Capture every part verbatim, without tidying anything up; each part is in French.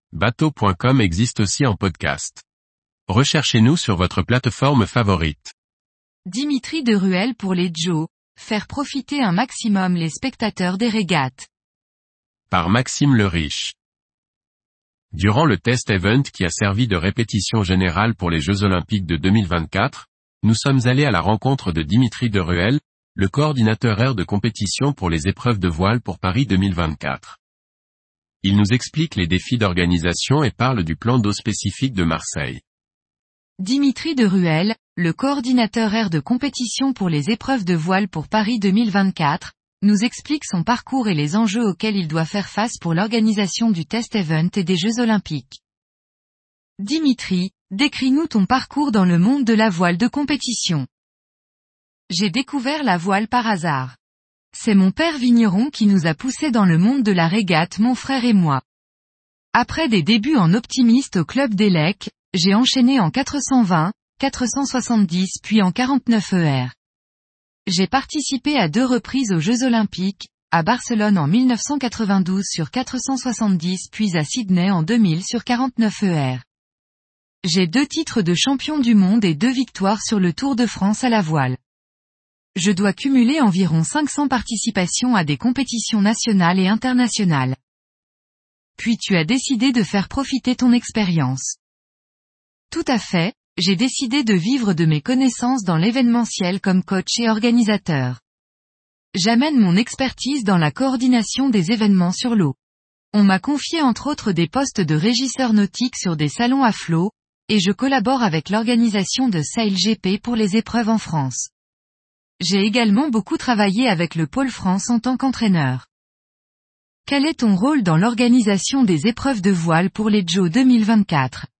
bateau point com existe aussi en podcast. Recherchez-nous sur votre plateforme favorite. Dimitri Deruel pour les Joe, faire profiter un maximum les spectateurs des régates. Par Maxime le Riche. Durant le test event qui a servi de répétition générale pour les Jeux Olympiques de deux mille vingt-quatre, nous sommes allés à la rencontre de Dimitri Deruel, le coordinateur air de compétition pour les épreuves de voile pour Paris deux mille vingt-quatre. Il nous explique les défis d'organisation et parle du plan d'eau spécifique de Marseille. Dimitri Deruel, le coordinateur air de compétition pour les épreuves de voile pour Paris deux mille vingt-quatre, nous explique son parcours et les enjeux auxquels il doit faire face pour l'organisation du test event et des Jeux Olympiques. Dimitri, décris-nous ton parcours dans le monde de la voile de compétition. J'ai découvert la voile par hasard. C'est mon père vigneron qui nous a poussés dans le monde de la régate, mon frère et moi. Après des débuts en optimiste au club d'Élec, j'ai enchaîné en quatre cent vingt, quatre cent soixante-dix puis en quarante-neuf E R. J'ai participé à deux reprises aux Jeux Olympiques, à Barcelone en mille neuf cent quatre-vingt-douze sur quatre cent soixante-dix puis à Sydney en deux mille sur quarante-neuf E R. J'ai deux titres de champion du monde et deux victoires sur le Tour de France à la voile. Je dois cumuler environ cinq cents participations à des compétitions nationales et internationales. Puis tu as décidé de faire profiter ton expérience. Tout à fait, j'ai décidé de vivre de mes connaissances dans l'événementiel comme coach et organisateur. J'amène mon expertise dans la coordination des événements sur l'eau. On m'a confié entre autres des postes de régisseur nautique sur des salons à flot, et je collabore avec l'organisation de Sail G P pour les épreuves en France. J'ai également beaucoup travaillé avec le Pôle France en tant qu'entraîneur. Quel est ton rôle dans l'organisation des épreuves de voile pour les Joe deux mille vingt-quatre?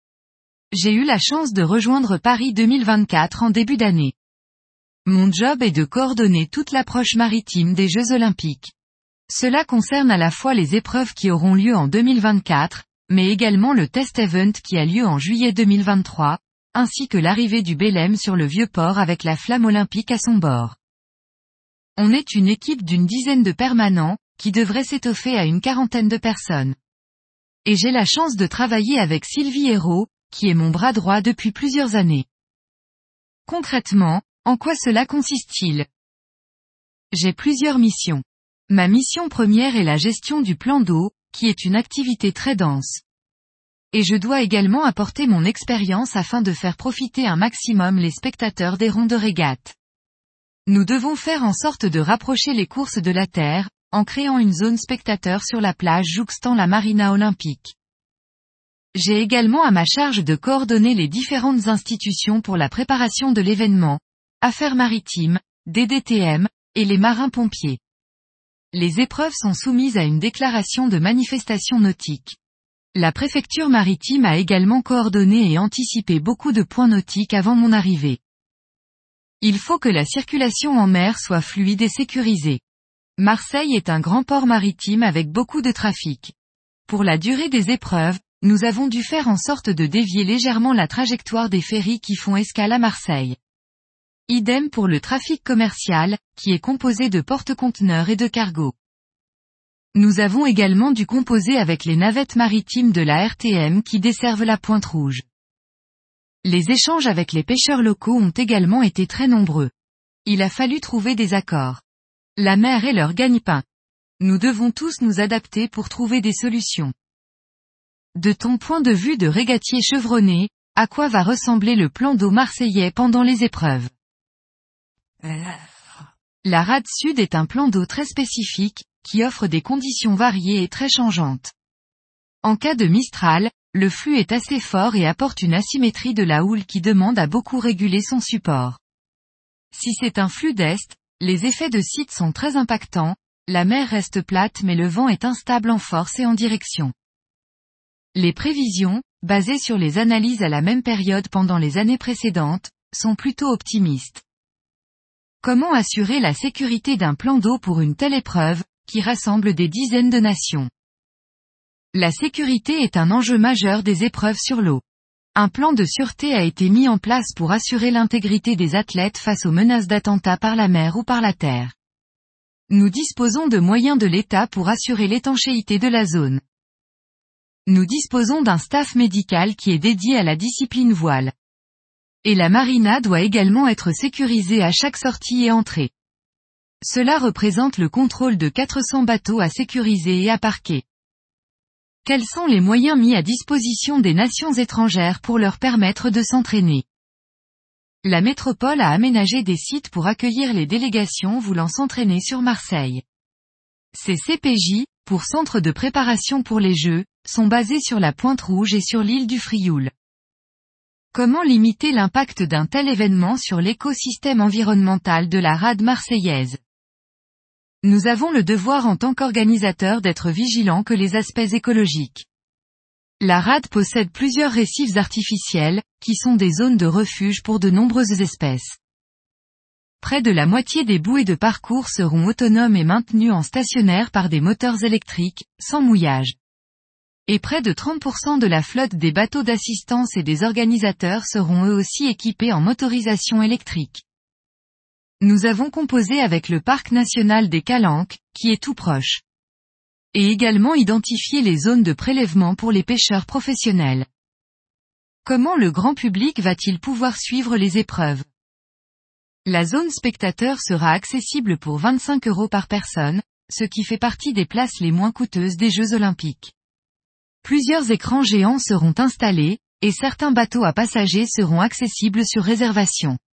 J'ai eu la chance de rejoindre Paris deux mille vingt-quatre en début d'année. Mon job est de coordonner toute l'approche maritime des Jeux Olympiques. Cela concerne à la fois les épreuves qui auront lieu en deux mille vingt-quatre, mais également le test event qui a lieu en juillet deux mille vingt-trois, ainsi que l'arrivée du Belém sur le Vieux-Port avec la flamme olympique à son bord. On est une équipe d'une dizaine de permanents, qui devrait s'étoffer à une quarantaine de personnes. Et j'ai la chance de travailler avec Sylvie Hérault, qui est mon bras droit depuis plusieurs années. Concrètement, en quoi cela consiste-t-il? J'ai plusieurs missions. Ma mission première est la gestion du plan d'eau, qui est une activité très dense. Et je dois également apporter mon expérience afin de faire profiter un maximum les spectateurs des ronds de régate. Nous devons faire en sorte de rapprocher les courses de la terre, en créant une zone spectateur sur la plage jouxtant la marina olympique. J'ai également à ma charge de coordonner les différentes institutions pour la préparation de l'événement, Affaires maritimes, D D T M, et les marins-pompiers. Les épreuves sont soumises à une déclaration de manifestation nautique. La préfecture maritime a également coordonné et anticipé beaucoup de points nautiques avant mon arrivée. Il faut que la circulation en mer soit fluide et sécurisée. Marseille est un grand port maritime avec beaucoup de trafic. Pour la durée des épreuves, nous avons dû faire en sorte de dévier légèrement la trajectoire des ferrys qui font escale à Marseille. Idem pour le trafic commercial, qui est composé de porte-conteneurs et de cargos. Nous avons également dû composer avec les navettes maritimes de la R T M qui desservent la Pointe Rouge. Les échanges avec les pêcheurs locaux ont également été très nombreux. Il a fallu trouver des accords. La mer est leur gagne-pain. Nous devons tous nous adapter pour trouver des solutions. De ton point de vue de régatier chevronné, à quoi va ressembler le plan d'eau marseillais pendant les épreuves? La rade sud est un plan d'eau très spécifique, qui offre des conditions variées et très changeantes. En cas de Mistral, le flux est assez fort et apporte une asymétrie de la houle qui demande à beaucoup réguler son support. Si c'est un flux d'est, les effets de site sont très impactants, la mer reste plate mais le vent est instable en force et en direction. Les prévisions, basées sur les analyses à la même période pendant les années précédentes, sont plutôt optimistes. Comment assurer la sécurité d'un plan d'eau pour une telle épreuve, qui rassemble des dizaines de nations? La sécurité est un enjeu majeur des épreuves sur l'eau. Un plan de sûreté a été mis en place pour assurer l'intégrité des athlètes face aux menaces d'attentats par la mer ou par la terre. Nous disposons de moyens de l'État pour assurer l'étanchéité de la zone. Nous disposons d'un staff médical qui est dédié à la discipline voile. Et la marina doit également être sécurisée à chaque sortie et entrée. Cela représente le contrôle de quatre cents bateaux à sécuriser et à parquer. Quels sont les moyens mis à disposition des nations étrangères pour leur permettre de s'entraîner? La métropole a aménagé des sites pour accueillir les délégations voulant s'entraîner sur Marseille. Ces C P J, pour Centre de préparation pour les Jeux, sont basés sur la Pointe Rouge et sur l'île du Frioul. Comment limiter l'impact d'un tel événement sur l'écosystème environnemental de la rade marseillaise? Nous avons le devoir en tant qu'organisateurs d'être vigilants que les aspects écologiques. La rade possède plusieurs récifs artificiels, qui sont des zones de refuge pour de nombreuses espèces. Près de la moitié des bouées de parcours seront autonomes et maintenues en stationnaire par des moteurs électriques, sans mouillage. Et près de trente pour cent de la flotte des bateaux d'assistance et des organisateurs seront eux aussi équipés en motorisation électrique. Nous avons composé avec le Parc national des Calanques, qui est tout proche. Et également identifié les zones de prélèvement pour les pêcheurs professionnels. Comment le grand public va-t-il pouvoir suivre les épreuves? La zone spectateur sera accessible pour vingt-cinq euros par personne, ce qui fait partie des places les moins coûteuses des Jeux Olympiques. Plusieurs écrans géants seront installés, et certains bateaux à passagers seront accessibles sur réservation.